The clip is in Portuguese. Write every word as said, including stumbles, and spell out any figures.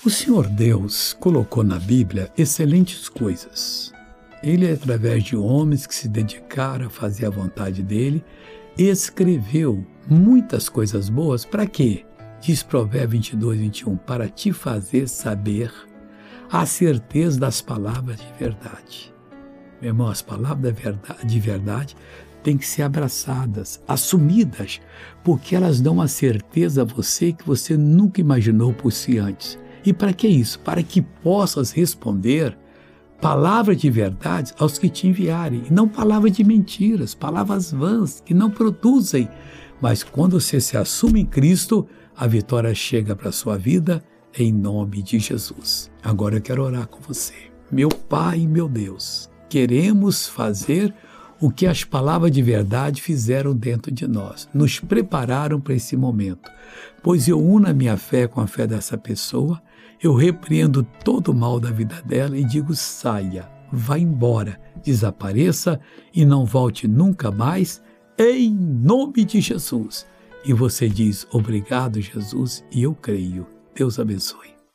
O Senhor Deus colocou na Bíblia excelentes coisas. Ele, através de homens que se dedicaram a fazer a vontade dele, escreveu muitas coisas boas. Para quê? Diz Provérbios vinte e dois, vinte e um, para te fazer saber a certeza das palavras de verdade. Meu irmão, as palavras de verdade, de verdade têm que ser abraçadas, assumidas, porque elas dão a certeza a você que você nunca imaginou por si antes. E para que isso? Para que possas responder palavras de verdade aos que te enviarem, e não palavras de mentiras, palavras vãs, que não produzem. Mas quando você se assume em Cristo, a vitória chega para a sua vida, em nome de Jesus. Agora eu quero orar com você. Meu Pai e meu Deus, queremos fazer o que as palavras de verdade fizeram dentro de nós, nos prepararam para esse momento, pois eu uno a minha fé com a fé dessa pessoa, eu repreendo todo o mal da vida dela e digo: saia, vá embora, desapareça e não volte nunca mais, em nome de Jesus. E você diz: obrigado, Jesus, e eu creio. Deus abençoe.